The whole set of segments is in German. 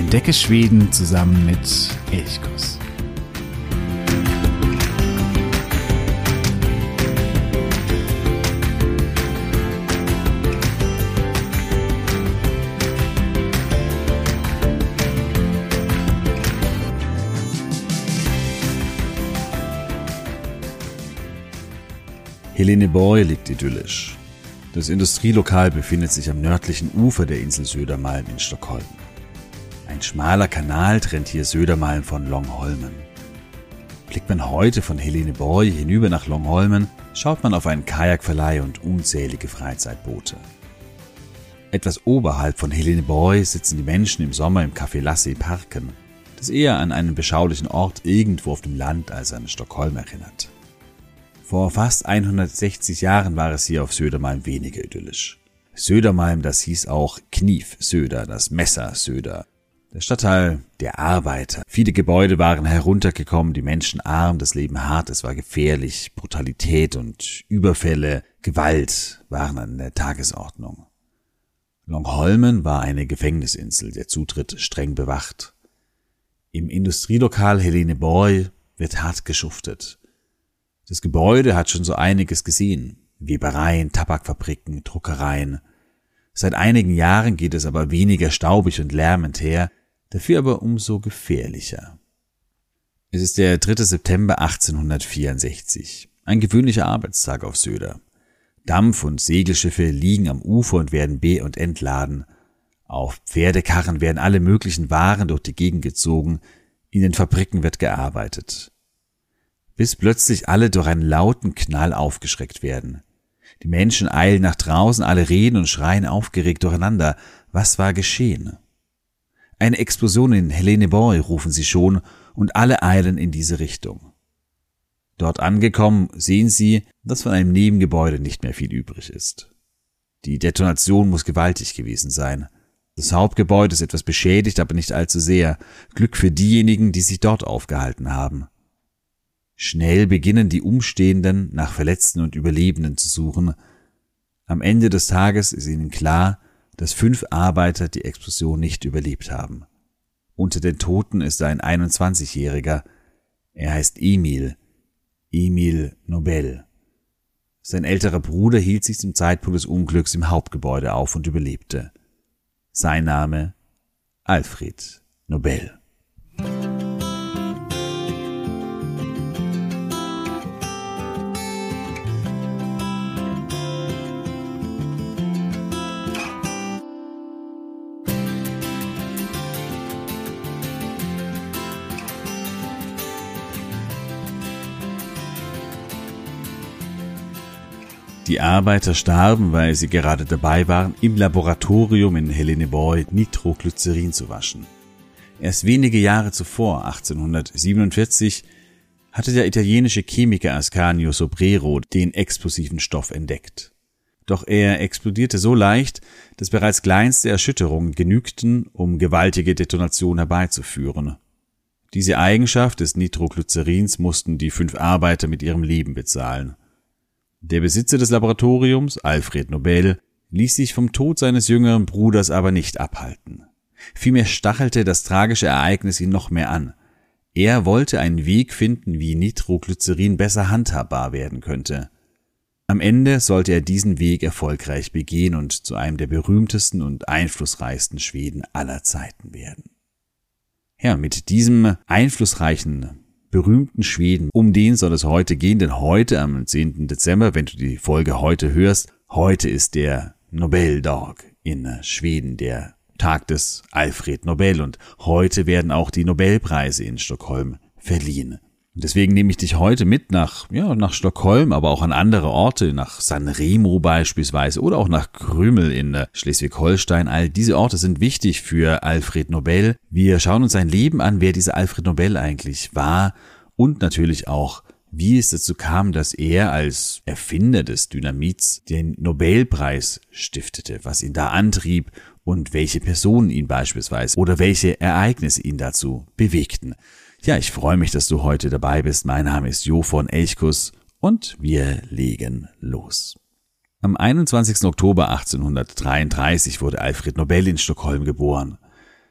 Entdecke Schweden zusammen mit Elchkuss. Heleneborg liegt idyllisch. Das Industrielokal befindet sich am nördlichen Ufer der Insel Södermalm in Stockholm. Ein schmaler Kanal trennt hier Södermalm von Långholmen. Blickt man heute von Heleneborg hinüber nach Långholmen, schaut man auf einen Kajakverleih und unzählige Freizeitboote. Etwas oberhalb von Heleneborg sitzen die Menschen im Sommer im Café Lasse Parken, das eher an einen beschaulichen Ort irgendwo auf dem Land als an Stockholm erinnert. Vor fast 160 Jahren war es hier auf Södermalm weniger idyllisch. Södermalm, das hieß auch Kniv Söder, das Messer Söder. Der Stadtteil der Arbeiter. Viele Gebäude waren heruntergekommen, die Menschen arm, das Leben hart, es war gefährlich, Brutalität und Überfälle, Gewalt waren an der Tagesordnung. Långholmen war eine Gefängnisinsel, der Zutritt streng bewacht. Im Industrielokal Heleneborg wird hart geschuftet. Das Gebäude hat schon so einiges gesehen. Webereien, Tabakfabriken, Druckereien. Seit einigen Jahren geht es aber weniger staubig und lärmend her, dafür aber umso gefährlicher. Es ist der 3. September 1864. Ein gewöhnlicher Arbeitstag auf Söder. Dampf- und Segelschiffe liegen am Ufer und werden be- und entladen. Auf Pferdekarren werden alle möglichen Waren durch die Gegend gezogen. In den Fabriken wird gearbeitet. Bis plötzlich alle durch einen lauten Knall aufgeschreckt werden. Die Menschen eilen nach draußen, alle reden und schreien aufgeregt durcheinander. Was war geschehen? Eine Explosion in Heleneborg, rufen sie schon, und alle eilen in diese Richtung. Dort angekommen sehen sie, dass von einem Nebengebäude nicht mehr viel übrig ist. Die Detonation muss gewaltig gewesen sein. Das Hauptgebäude ist etwas beschädigt, aber nicht allzu sehr. Glück für diejenigen, die sich dort aufgehalten haben. Schnell beginnen die Umstehenden nach Verletzten und Überlebenden zu suchen. Am Ende des Tages ist ihnen klar, dass 5 Arbeiter die Explosion nicht überlebt haben. Unter den Toten ist ein 21-Jähriger. Er heißt Emil Nobel. Sein älterer Bruder hielt sich zum Zeitpunkt des Unglücks im Hauptgebäude auf und überlebte. Sein Name Alfred Nobel. Die Arbeiter starben, weil sie gerade dabei waren, im Laboratorium in Heleneborg Nitroglycerin zu waschen. Erst wenige Jahre zuvor, 1847, hatte der italienische Chemiker Ascanio Sobrero den explosiven Stoff entdeckt. Doch er explodierte so leicht, dass bereits kleinste Erschütterungen genügten, um gewaltige Detonationen herbeizuführen. Diese Eigenschaft des Nitroglycerins mussten die 5 Arbeiter mit ihrem Leben bezahlen. Der Besitzer des Laboratoriums, Alfred Nobel, ließ sich vom Tod seines jüngeren Bruders aber nicht abhalten. Vielmehr stachelte das tragische Ereignis ihn noch mehr an. Er wollte einen Weg finden, wie Nitroglycerin besser handhabbar werden könnte. Am Ende sollte er diesen Weg erfolgreich begehen und zu einem der berühmtesten und einflussreichsten Schweden aller Zeiten werden. Ja, mit diesem einflussreichen berühmten Schweden, um den soll es heute gehen, denn heute am 10. Dezember, wenn du die Folge heute hörst, heute ist der Nobeldag in Schweden, der Tag des Alfred Nobel, und heute werden auch die Nobelpreise in Stockholm verliehen. Und deswegen nehme ich dich heute mit nach Stockholm, aber auch an andere Orte, nach Sanremo beispielsweise oder auch nach Krümel in Schleswig-Holstein. All diese Orte sind wichtig für Alfred Nobel. Wir schauen uns sein Leben an, wer dieser Alfred Nobel eigentlich war und natürlich auch, wie es dazu kam, dass er als Erfinder des Dynamits den Nobelpreis stiftete, was ihn da antrieb und welche Personen ihn beispielsweise oder welche Ereignisse ihn dazu bewegten. Ja, ich freue mich, dass du heute dabei bist. Mein Name ist Jo von Elchkuss und wir legen los. Am 21. Oktober 1833 wurde Alfred Nobel in Stockholm geboren.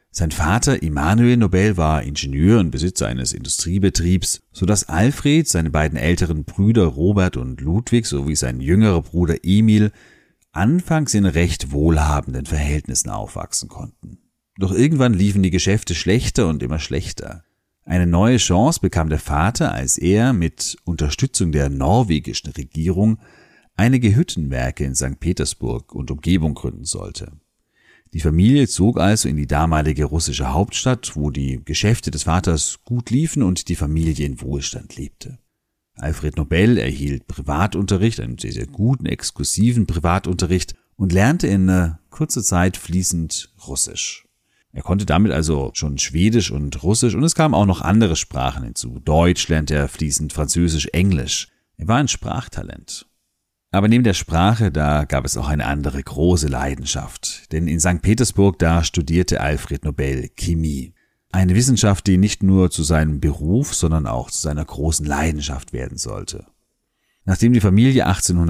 Sein Vater Immanuel Nobel war Ingenieur und Besitzer eines Industriebetriebs, sodass Alfred, seine beiden älteren Brüder Robert und Ludwig sowie sein jüngerer Bruder Emil anfangs in recht wohlhabenden Verhältnissen aufwachsen konnten. Doch irgendwann liefen die Geschäfte schlechter und immer schlechter. Eine neue Chance bekam der Vater, als er mit Unterstützung der norwegischen Regierung einige Hüttenwerke in St. Petersburg und Umgebung gründen sollte. Die Familie zog also in die damalige russische Hauptstadt, wo die Geschäfte des Vaters gut liefen und die Familie in Wohlstand lebte. Alfred Nobel erhielt Privatunterricht, einen sehr, sehr guten, exklusiven Privatunterricht und lernte in kurzer Zeit fließend Russisch. Er konnte damit also schon Schwedisch und Russisch und es kamen auch noch andere Sprachen hinzu. Deutsch lernte er fließend, Französisch, Englisch. Er war ein Sprachtalent. Aber neben der Sprache, da gab es auch eine andere große Leidenschaft. Denn in St. Petersburg, da studierte Alfred Nobel Chemie. Eine Wissenschaft, die nicht nur zu seinem Beruf, sondern auch zu seiner großen Leidenschaft werden sollte. Nachdem die Familie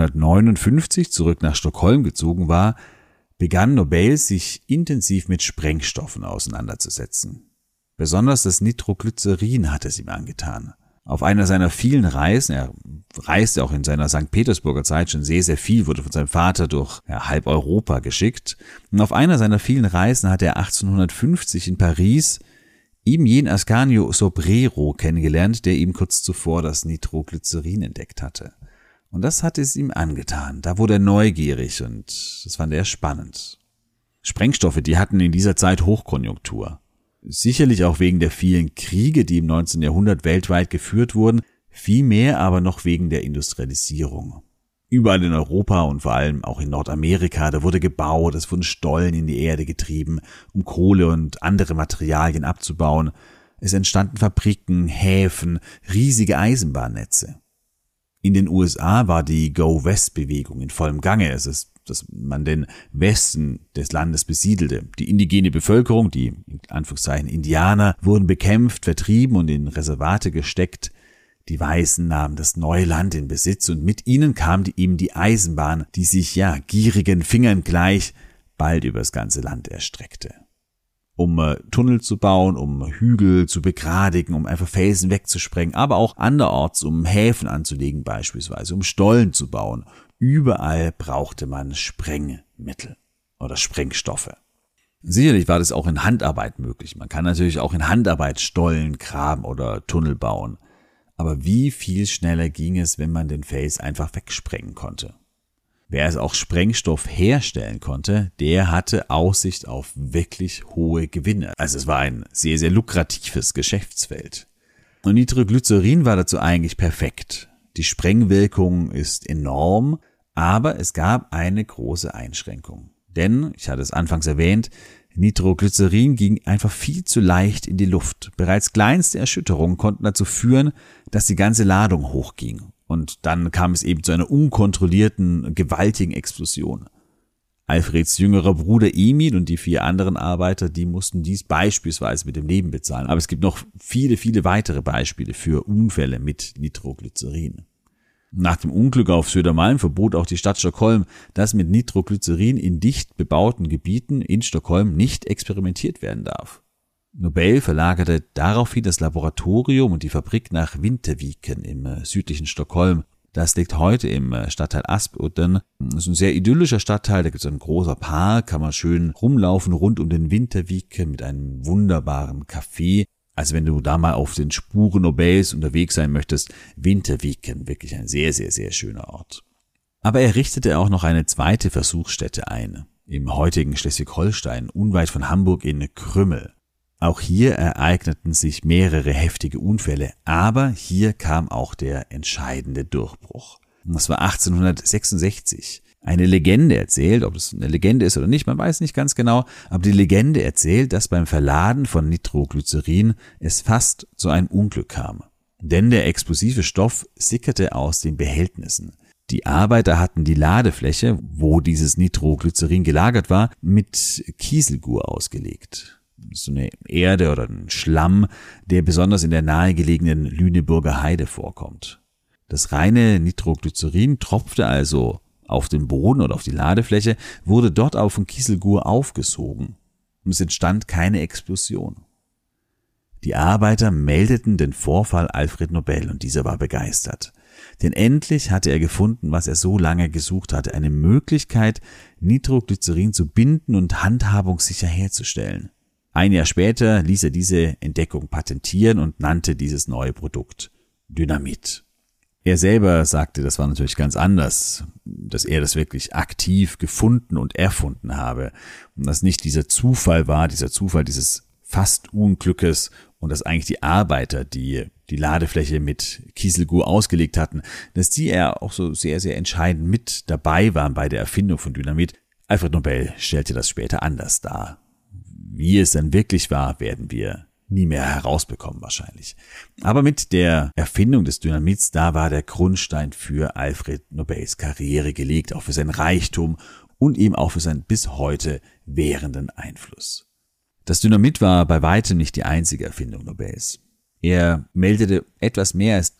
1859 zurück nach Stockholm gezogen war, begann Nobel sich intensiv mit Sprengstoffen auseinanderzusetzen. Besonders das Nitroglycerin hatte es ihm angetan. Auf einer seiner vielen Reisen, er reiste auch in seiner St. Petersburger Zeit schon sehr, sehr viel, wurde von seinem Vater durch halb Europa geschickt. Und auf einer seiner vielen Reisen hat er 1850 in Paris eben jenen Ascanio Sobrero kennengelernt, der ihm kurz zuvor das Nitroglycerin entdeckt hatte. Und das hat es ihm angetan. Da wurde er neugierig und das fand er spannend. Sprengstoffe, die hatten in dieser Zeit Hochkonjunktur. Sicherlich auch wegen der vielen Kriege, die im 19. Jahrhundert weltweit geführt wurden, vielmehr aber noch wegen der Industrialisierung. Überall in Europa und vor allem auch in Nordamerika, da wurde gebaut, es wurden Stollen in die Erde getrieben, um Kohle und andere Materialien abzubauen. Es entstanden Fabriken, Häfen, riesige Eisenbahnnetze. In den USA war die Go-West-Bewegung in vollem Gange. Es ist, dass man den Westen des Landes besiedelte. Die indigene Bevölkerung, die in Anführungszeichen Indianer, wurden bekämpft, vertrieben und in Reservate gesteckt. Die Weißen nahmen das neue Land in Besitz und mit ihnen kam eben die Eisenbahn, die sich gierigen Fingern gleich bald übers ganze Land erstreckte. Um Tunnel zu bauen, um Hügel zu begradigen, um einfach Felsen wegzusprengen, aber auch anderorts, um Häfen anzulegen beispielsweise, um Stollen zu bauen. Überall brauchte man Sprengmittel oder Sprengstoffe. Sicherlich war das auch in Handarbeit möglich. Man kann natürlich auch in Handarbeit Stollen graben oder Tunnel bauen. Aber wie viel schneller ging es, wenn man den Fels einfach wegsprengen konnte? Wer es auch Sprengstoff herstellen konnte, der hatte Aussicht auf wirklich hohe Gewinne. Also es war ein sehr, sehr lukratives Geschäftsfeld. Und Nitroglycerin war dazu eigentlich perfekt. Die Sprengwirkung ist enorm, aber es gab eine große Einschränkung. Denn, ich hatte es anfangs erwähnt, Nitroglycerin ging einfach viel zu leicht in die Luft. Bereits kleinste Erschütterungen konnten dazu führen, dass die ganze Ladung hochging. Und dann kam es eben zu einer unkontrollierten, gewaltigen Explosion. Alfreds jüngerer Bruder Emil und die 4 anderen Arbeiter, die mussten dies beispielsweise mit dem Leben bezahlen. Aber es gibt noch viele, viele weitere Beispiele für Unfälle mit Nitroglycerin. Nach dem Unglück auf Södermalm verbot auch die Stadt Stockholm, dass mit Nitroglycerin in dicht bebauten Gebieten in Stockholm nicht experimentiert werden darf. Nobel verlagerte daraufhin das Laboratorium und die Fabrik nach Vinterviken im südlichen Stockholm. Das liegt heute im Stadtteil Aspudden. Das ist ein sehr idyllischer Stadtteil, da gibt es einen großen Park, kann man schön rumlaufen rund um den Vinterviken mit einem wunderbaren Café. Also wenn du da mal auf den Spuren Nobels unterwegs sein möchtest, Vinterviken, wirklich ein sehr, sehr, sehr schöner Ort. Aber er richtete auch noch eine zweite Versuchsstätte ein, im heutigen Schleswig-Holstein, unweit von Hamburg in Krümmel. Auch hier ereigneten sich mehrere heftige Unfälle, aber hier kam auch der entscheidende Durchbruch. Und das war 1866. Eine Legende erzählt, ob es eine Legende ist oder nicht, man weiß nicht ganz genau, aber die Legende erzählt, dass beim Verladen von Nitroglycerin es fast zu einem Unglück kam. Denn der explosive Stoff sickerte aus den Behältnissen. Die Arbeiter hatten die Ladefläche, wo dieses Nitroglycerin gelagert war, mit Kieselgur ausgelegt. So eine Erde oder ein Schlamm, der besonders in der nahegelegenen Lüneburger Heide vorkommt. Das reine Nitroglycerin tropfte also auf den Boden oder auf die Ladefläche, wurde dort auch von Kieselgur aufgesogen. und es entstand keine Explosion. Die Arbeiter meldeten den Vorfall Alfred Nobel und dieser war begeistert. Denn endlich hatte er gefunden, was er so lange gesucht hatte, eine Möglichkeit, Nitroglycerin zu binden und handhabungssicher herzustellen. Ein Jahr später ließ er diese Entdeckung patentieren und nannte dieses neue Produkt Dynamit. Er selber sagte, das war natürlich ganz anders, dass er das wirklich aktiv gefunden und erfunden habe und dass nicht dieser Zufall war, dieses fast Unglückes und dass eigentlich die Arbeiter, die die Ladefläche mit Kieselguhr ausgelegt hatten, dass die ja auch so sehr, sehr entscheidend mit dabei waren bei der Erfindung von Dynamit. Alfred Nobel stellte das später anders dar. Wie es dann wirklich war, werden wir nie mehr herausbekommen wahrscheinlich. Aber mit der Erfindung des Dynamits, da war der Grundstein für Alfred Nobels Karriere gelegt, auch für seinen Reichtum und eben auch für seinen bis heute währenden Einfluss. Das Dynamit war bei weitem nicht die einzige Erfindung Nobels. Er meldete etwas mehr als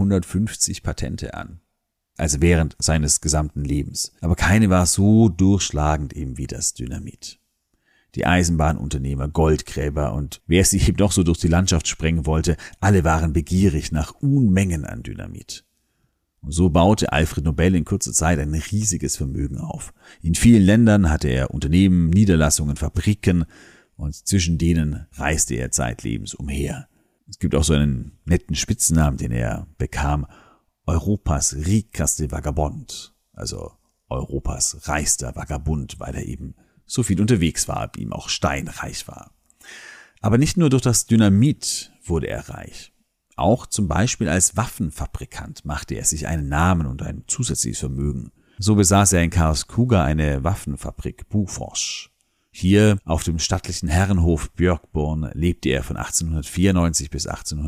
350 Patente an, also während seines gesamten Lebens. Aber keine war so durchschlagend eben wie das Dynamit. Die Eisenbahnunternehmer, Goldgräber und wer sich eben noch so durch die Landschaft sprengen wollte, alle waren begierig nach Unmengen an Dynamit. Und so baute Alfred Nobel in kurzer Zeit ein riesiges Vermögen auf. In vielen Ländern hatte er Unternehmen, Niederlassungen, Fabriken und zwischen denen reiste er zeitlebens umher. Es gibt auch so einen netten Spitznamen, den er bekam, Europas riceste Vagabond, also Europas reichster Vagabund, weil er eben so viel unterwegs war, wie ihm auch steinreich war. Aber nicht nur durch das Dynamit wurde er reich. Auch zum Beispiel als Waffenfabrikant machte er sich einen Namen und ein zusätzliches Vermögen. So besaß er in Karlskoga eine Waffenfabrik, Bofors. Hier auf dem stattlichen Herrenhof Björkborn lebte er von 1894 bis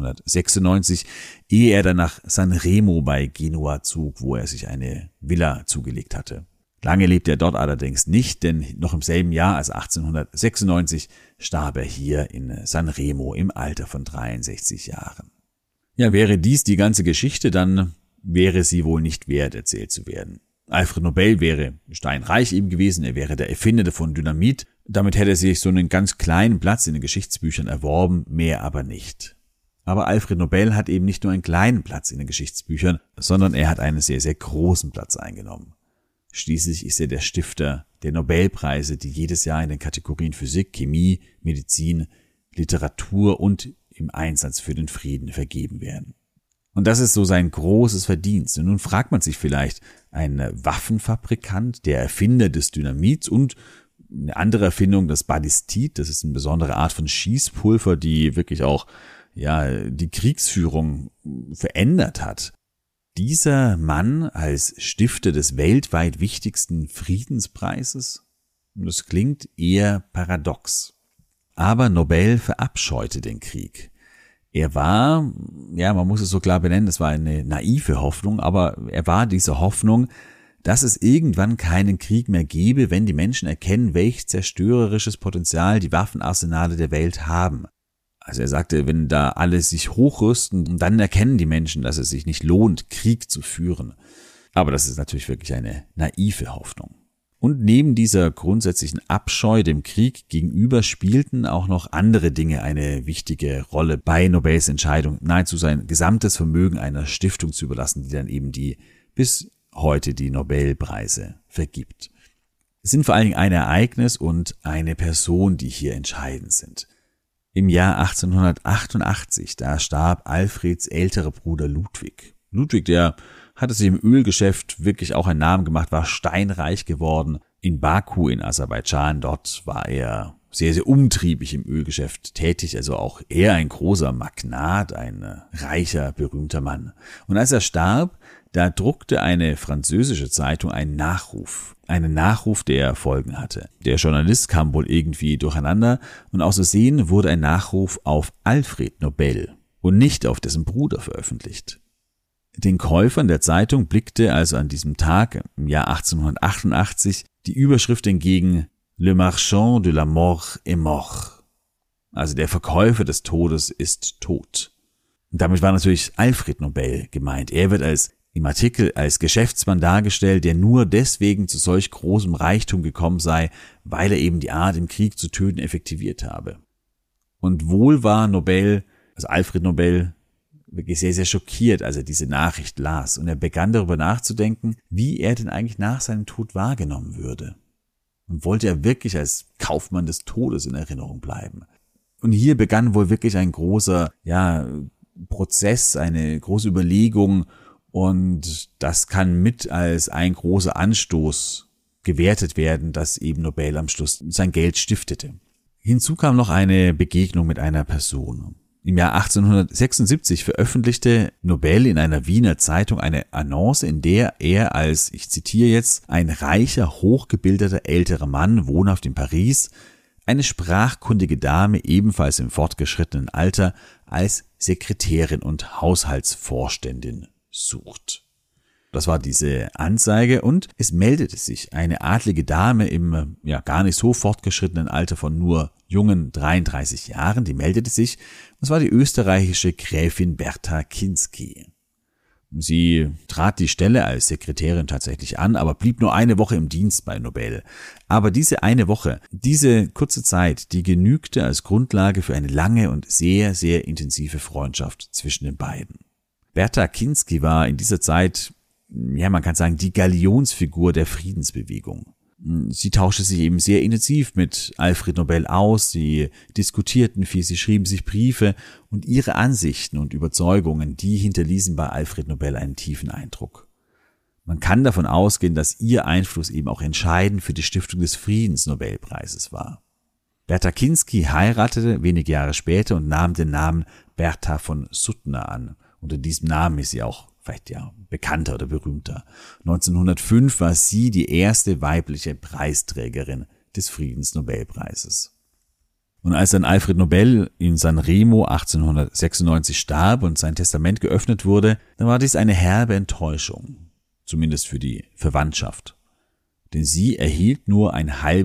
1896, ehe er dann nach Sanremo bei Genua zog, wo er sich eine Villa zugelegt hatte. Lange lebte er dort allerdings nicht, denn noch im selben Jahr, also 1896, starb er hier in Sanremo im Alter von 63 Jahren. Ja, wäre dies die ganze Geschichte, dann wäre sie wohl nicht wert, erzählt zu werden. Alfred Nobel wäre steinreich eben gewesen, er wäre der Erfinder von Dynamit. Damit hätte er sich so einen ganz kleinen Platz in den Geschichtsbüchern erworben, mehr aber nicht. Aber Alfred Nobel hat eben nicht nur einen kleinen Platz in den Geschichtsbüchern, sondern er hat einen sehr, sehr großen Platz eingenommen. Schließlich ist er der Stifter der Nobelpreise, die jedes Jahr in den Kategorien Physik, Chemie, Medizin, Literatur und im Einsatz für den Frieden vergeben werden. Und das ist so sein großes Verdienst. Und nun fragt man sich vielleicht, ein Waffenfabrikant, der Erfinder des Dynamits und eine andere Erfindung, das Ballistit, das ist eine besondere Art von Schießpulver, die wirklich auch die Kriegsführung verändert hat. Dieser Mann als Stifter des weltweit wichtigsten Friedenspreises, das klingt eher paradox. Aber Nobel verabscheute den Krieg. Er war, man muss es so klar benennen, es war eine naive Hoffnung, aber er war diese Hoffnung, dass es irgendwann keinen Krieg mehr gebe, wenn die Menschen erkennen, welch zerstörerisches Potenzial die Waffenarsenale der Welt haben. Also er sagte, wenn da alle sich hochrüsten, dann erkennen die Menschen, dass es sich nicht lohnt, Krieg zu führen. Aber das ist natürlich wirklich eine naive Hoffnung. Und neben dieser grundsätzlichen Abscheu dem Krieg gegenüber spielten auch noch andere Dinge eine wichtige Rolle bei Nobels Entscheidung, nahezu sein gesamtes Vermögen einer Stiftung zu überlassen, die dann eben bis heute die Nobelpreise vergibt. Es sind vor allen Dingen ein Ereignis und eine Person, die hier entscheidend sind. Im Jahr 1888, da starb Alfreds älterer Bruder Ludwig. Ludwig, der hatte sich im Ölgeschäft wirklich auch einen Namen gemacht, war steinreich geworden. In Baku in Aserbaidschan, dort war er sehr, sehr umtriebig im Ölgeschäft tätig, also auch er ein großer Magnat, ein reicher, berühmter Mann. Und als er starb, da druckte eine französische Zeitung einen Nachruf, der Folgen hatte. Der Journalist kam wohl irgendwie durcheinander und aus Versehen wurde ein Nachruf auf Alfred Nobel und nicht auf dessen Bruder veröffentlicht. Den Käufern der Zeitung blickte also an diesem Tag im Jahr 1888 die Überschrift entgegen: Le marchand de la mort est mort. Also der Verkäufer des Todes ist tot. Und damit war natürlich Alfred Nobel gemeint. Er wird als im Artikel als Geschäftsmann dargestellt, der nur deswegen zu solch großem Reichtum gekommen sei, weil er eben die Art, im Krieg zu töten, effektiviert habe. Und wohl war Alfred Nobel, wirklich sehr, sehr schockiert, als er diese Nachricht las. Und er begann darüber nachzudenken, wie er denn eigentlich nach seinem Tod wahrgenommen würde. Und wollte er wirklich als Kaufmann des Todes in Erinnerung bleiben? Und hier begann wohl wirklich ein großer, Prozess, eine große Überlegung. Und das kann mit als ein großer Anstoß gewertet werden, dass eben Nobel am Schluss sein Geld stiftete. Hinzu kam noch eine Begegnung mit einer Person. Im Jahr 1876 veröffentlichte Nobel in einer Wiener Zeitung eine Annonce, in der er als, ich zitiere jetzt, ein reicher, hochgebildeter älterer Mann, wohnhaft in Paris, eine sprachkundige Dame, ebenfalls im fortgeschrittenen Alter, als Sekretärin und Haushaltsvorständin sucht. Das war diese Anzeige und es meldete sich eine adlige Dame im gar nicht so fortgeschrittenen Alter von nur jungen 33 Jahren, die meldete sich, und zwar die österreichische Gräfin Berta Kinsky. Sie trat die Stelle als Sekretärin tatsächlich an, aber blieb nur eine Woche im Dienst bei Nobel. Aber diese eine Woche, diese kurze Zeit, die genügte als Grundlage für eine lange und sehr, sehr intensive Freundschaft zwischen den beiden. Berta Kinsky war in dieser Zeit, man kann sagen, die Galionsfigur der Friedensbewegung. Sie tauschte sich eben sehr intensiv mit Alfred Nobel aus, sie diskutierten viel, sie schrieben sich Briefe und ihre Ansichten und Überzeugungen, die hinterließen bei Alfred Nobel einen tiefen Eindruck. Man kann davon ausgehen, dass ihr Einfluss eben auch entscheidend für die Stiftung des Friedensnobelpreises war. Berta Kinsky heiratete wenige Jahre später und nahm den Namen Bertha von Suttner an. Unter diesem Namen ist sie auch vielleicht bekannter oder berühmter. 1905 war sie die erste weibliche Preisträgerin des Friedensnobelpreises. Und als dann Alfred Nobel in San Remo 1896 starb und sein Testament geöffnet wurde, dann war dies eine herbe Enttäuschung, zumindest für die Verwandtschaft. Denn sie erhielt nur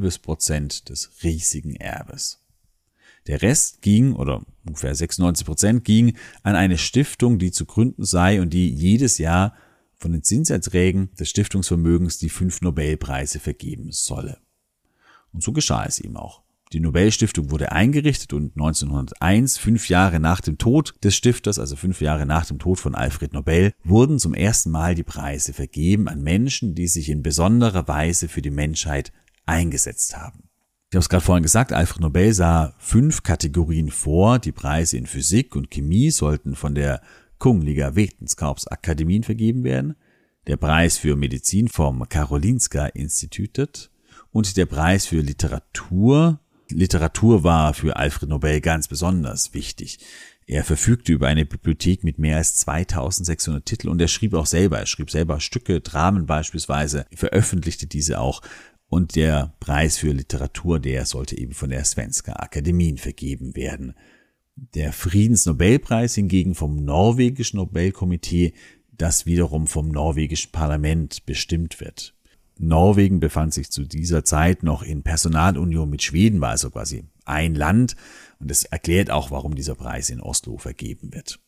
0,5% des riesigen Erbes. Der Rest ging, oder ungefähr 96%, ging an eine Stiftung, die zu gründen sei und die jedes Jahr von den Zinserträgen des Stiftungsvermögens die 5 Nobelpreise vergeben solle. Und so geschah es ihm auch. Die Nobelstiftung wurde eingerichtet und 1901, 5 Jahre nach dem Tod des Stifters, also 5 Jahre nach dem Tod von Alfred Nobel, wurden zum ersten Mal die Preise vergeben an Menschen, die sich in besonderer Weise für die Menschheit eingesetzt haben. Ich habe es gerade vorhin gesagt, Alfred Nobel sah 5 Kategorien vor. Die Preise in Physik und Chemie sollten von der Kungliga Vetenskapsakademien vergeben werden, der Preis für Medizin vom Karolinska Institutet und der Preis für Literatur. Literatur war für Alfred Nobel ganz besonders wichtig. Er verfügte über eine Bibliothek mit mehr als 2600 Titeln und er schrieb selber Stücke, Dramen beispielsweise, veröffentlichte diese auch. Und der Preis für Literatur, der sollte eben von der Svenska Akademien vergeben werden. Der Friedensnobelpreis hingegen vom norwegischen Nobelkomitee, das wiederum vom norwegischen Parlament bestimmt wird. Norwegen befand sich zu dieser Zeit noch in Personalunion mit Schweden, war also quasi ein Land. Und das erklärt auch, warum dieser Preis in Oslo vergeben wird.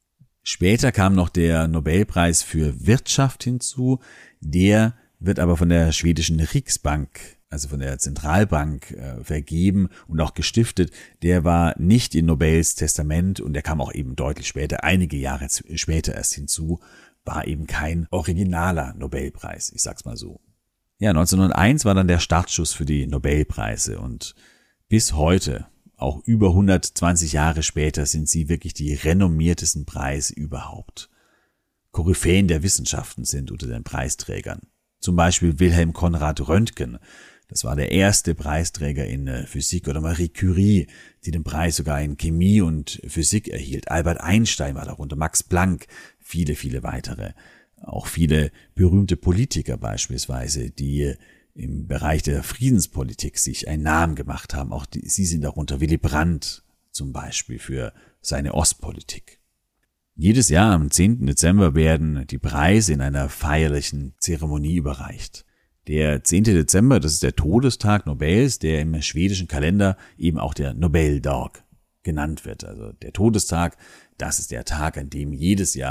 Später kam noch der Nobelpreis für Wirtschaft hinzu, der wird aber von der schwedischen Riksbank, also von der Zentralbank, vergeben und auch gestiftet. Der war nicht in Nobels Testament und der kam auch eben deutlich später, einige Jahre später erst hinzu, war eben kein originaler Nobelpreis, ich sag's mal so. Ja, 1901 war dann der Startschuss für die Nobelpreise und bis heute, auch über 120 Jahre später, sind sie wirklich die renommiertesten Preise überhaupt. Koryphäen der Wissenschaften sind unter den Preisträgern. Zum Beispiel Wilhelm Konrad Röntgen, das war der erste Preisträger in Physik, oder Marie Curie, die den Preis sogar in Chemie und Physik erhielt. Albert Einstein war darunter, Max Planck, viele, viele weitere. Auch viele berühmte Politiker beispielsweise, die im Bereich der Friedenspolitik sich einen Namen gemacht haben. Auch sie sind darunter, Willy Brandt zum Beispiel für seine Ostpolitik. Jedes Jahr am 10. Dezember werden die Preise in einer feierlichen Zeremonie überreicht. Der 10. Dezember, das ist der Todestag Nobels, der im schwedischen Kalender eben auch der Nobeldag genannt wird. Also der Todestag, das ist der Tag, an dem jedes Jahr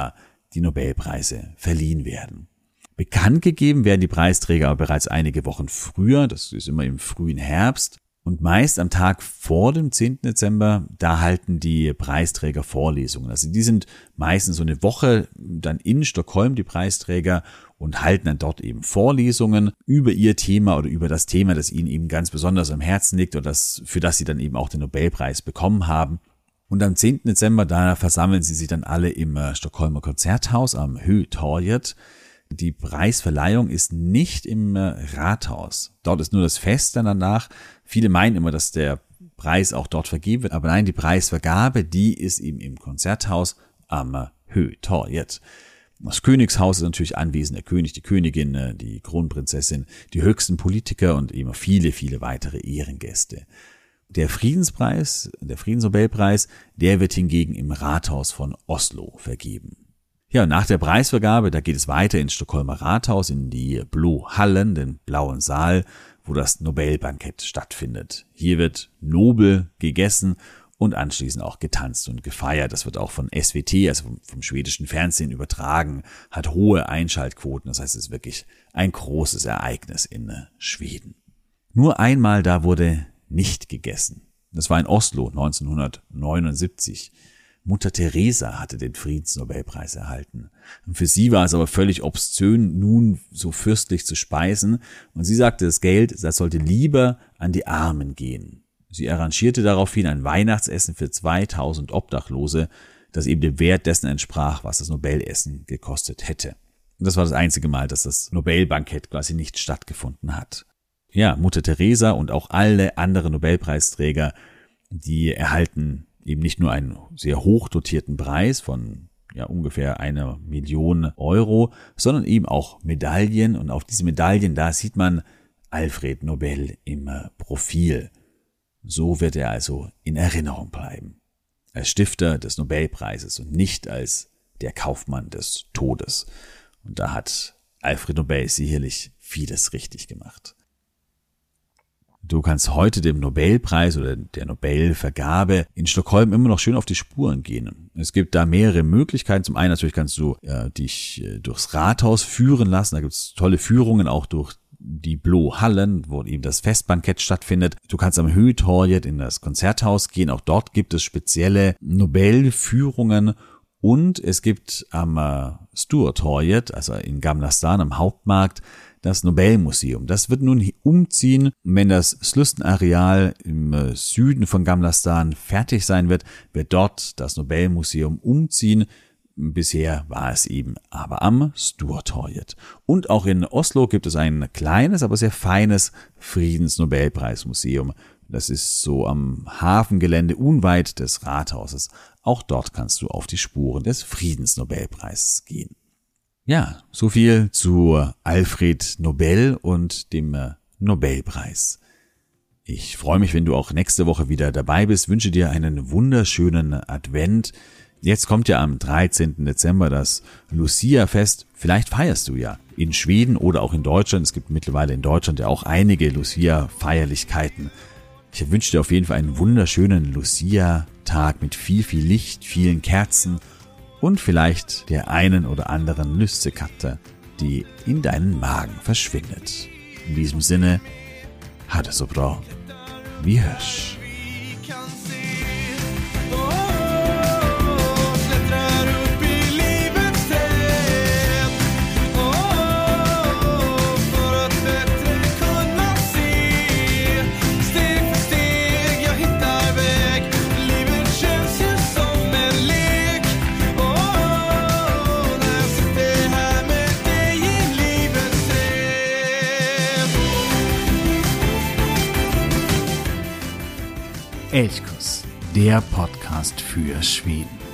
die Nobelpreise verliehen werden. Bekannt gegeben werden die Preisträger aber bereits einige Wochen früher, das ist immer im frühen Herbst. Und meist am Tag vor dem 10. Dezember, da halten die Preisträger Vorlesungen. Also die sind meistens so eine Woche dann in Stockholm, die Preisträger, und halten dann dort eben Vorlesungen über ihr Thema oder über das Thema, das ihnen eben ganz besonders am Herzen liegt oder für das sie dann eben auch den Nobelpreis bekommen haben. Und am 10. Dezember, da versammeln sie sich dann alle im Stockholmer Konzerthaus am Hötorget. Die Preisverleihung ist nicht im Rathaus. Dort ist nur das Fest dann danach. Viele meinen immer, dass der Preis auch dort vergeben wird. Aber nein, die Preisvergabe, die ist eben im Konzerthaus am Hötorget. Das Königshaus ist natürlich anwesend, der König, die Königin, die Kronprinzessin, die höchsten Politiker und eben viele, viele weitere Ehrengäste. Der Friedenspreis, der Friedensnobelpreis, der wird hingegen im Rathaus von Oslo vergeben. Ja, nach der Preisvergabe, da geht es weiter ins Stockholmer Rathaus, in die Blå Hallen, den blauen Saal, wo das Nobelbankett stattfindet. Hier wird nobel gegessen und anschließend auch getanzt und gefeiert. Das wird auch von SWT, also vom schwedischen Fernsehen übertragen, hat hohe Einschaltquoten. Das heißt, es ist wirklich ein großes Ereignis in Schweden. Nur einmal da wurde nicht gegessen. Das war in Oslo 1979. Mutter Teresa hatte den Friedensnobelpreis erhalten. Und für sie war es aber völlig obszön, nun so fürstlich zu speisen. Und sie sagte, das Geld, das sollte lieber an die Armen gehen. Sie arrangierte daraufhin ein Weihnachtsessen für 2000 Obdachlose, das eben dem Wert dessen entsprach, was das Nobelessen gekostet hätte. Und das war das einzige Mal, dass das Nobelbankett quasi nicht stattgefunden hat. Ja, Mutter Teresa und auch alle anderen Nobelpreisträger, die erhalten eben nicht nur einen sehr hoch dotierten Preis von ungefähr 1 Million Euro, sondern eben auch Medaillen. Und auf diese Medaillen, da sieht man Alfred Nobel im Profil. So wird er also in Erinnerung bleiben. Als Stifter des Nobelpreises und nicht als der Kaufmann des Todes. Und da hat Alfred Nobel sicherlich vieles richtig gemacht. Du kannst heute dem Nobelpreis oder der Nobelvergabe in Stockholm immer noch schön auf die Spuren gehen. Es gibt da mehrere Möglichkeiten. Zum einen natürlich kannst du dich durchs Rathaus führen lassen. Da gibt es tolle Führungen auch durch die Blå Hallen, wo eben das Festbankett stattfindet. Du kannst am Hötorget in das Konzerthaus gehen. Auch dort gibt es spezielle Nobelführungen. Und es gibt am Sturtorget, also in Gamla Stan am Hauptmarkt, das Nobelmuseum. Das wird nun umziehen. Wenn das Slussen-Areal im Süden von Gamla Stan fertig sein wird, wird dort das Nobelmuseum umziehen. Bisher war es eben aber am Sturtorget. Und auch in Oslo gibt es ein kleines, aber sehr feines Friedensnobelpreismuseum. Das ist so am Hafengelände unweit des Rathauses. Auch dort kannst du auf die Spuren des Friedensnobelpreises gehen. Ja, so viel zu Alfred Nobel und dem Nobelpreis. Ich freue mich, wenn du auch nächste Woche wieder dabei bist. Wünsche dir einen wunderschönen Advent. Jetzt kommt ja am 13. Dezember das Lucia-Fest. Vielleicht feierst du ja in Schweden oder auch in Deutschland. Es gibt mittlerweile in Deutschland ja auch einige Lucia-Feierlichkeiten. Ich wünsche dir auf jeden Fall einen wunderschönen Lucia-Tag mit viel, viel Licht, vielen Kerzen und vielleicht der einen oder anderen Lussekatter, die in deinen Magen verschwindet. In diesem Sinne, ha det så bra. Vi hörs. Elchkuss, der Podcast für Schweden.